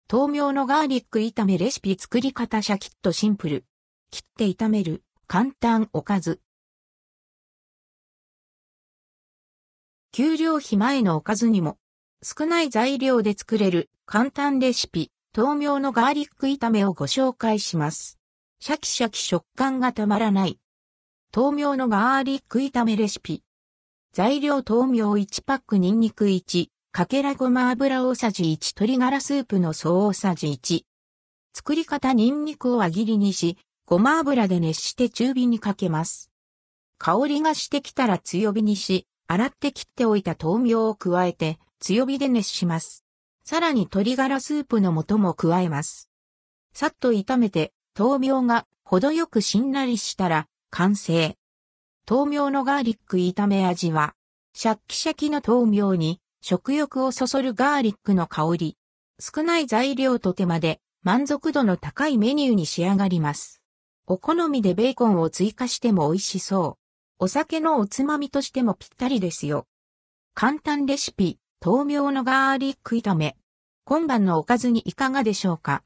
豆苗のガーリック炒めレシピ作り方シャキッとシンプル。切って炒める、簡単おかず。給料日前のおかずにも、少ない材料で作れる簡単レシピ、豆苗のガーリック炒めをご紹介します。シャキシャキ食感がたまらない。豆苗のガーリック炒めレシピ。材料豆苗1パックニンニク1、かけらごま油大さじ1鶏ガラスープの総大さじ1。作り方ニンニクを輪切りにし、ごま油で熱して中火にかけます。香りがしてきたら強火にし、洗って切っておいた豆苗を加えて強火で熱します。さらに鶏ガラスープの素も加えます。さっと炒めて豆苗が程よくしんなりしたら完成。豆苗のガーリック炒め味は、シャッキシャキの豆苗に食欲をそそるガーリックの香り。少ない材料と手間で満足度の高いメニューに仕上がります。お好みでベーコンを追加しても美味しそう。お酒のおつまみとしてもぴったりですよ。簡単レシピ、豆苗のガーリック炒め。今晩のおかずにいかがでしょうか。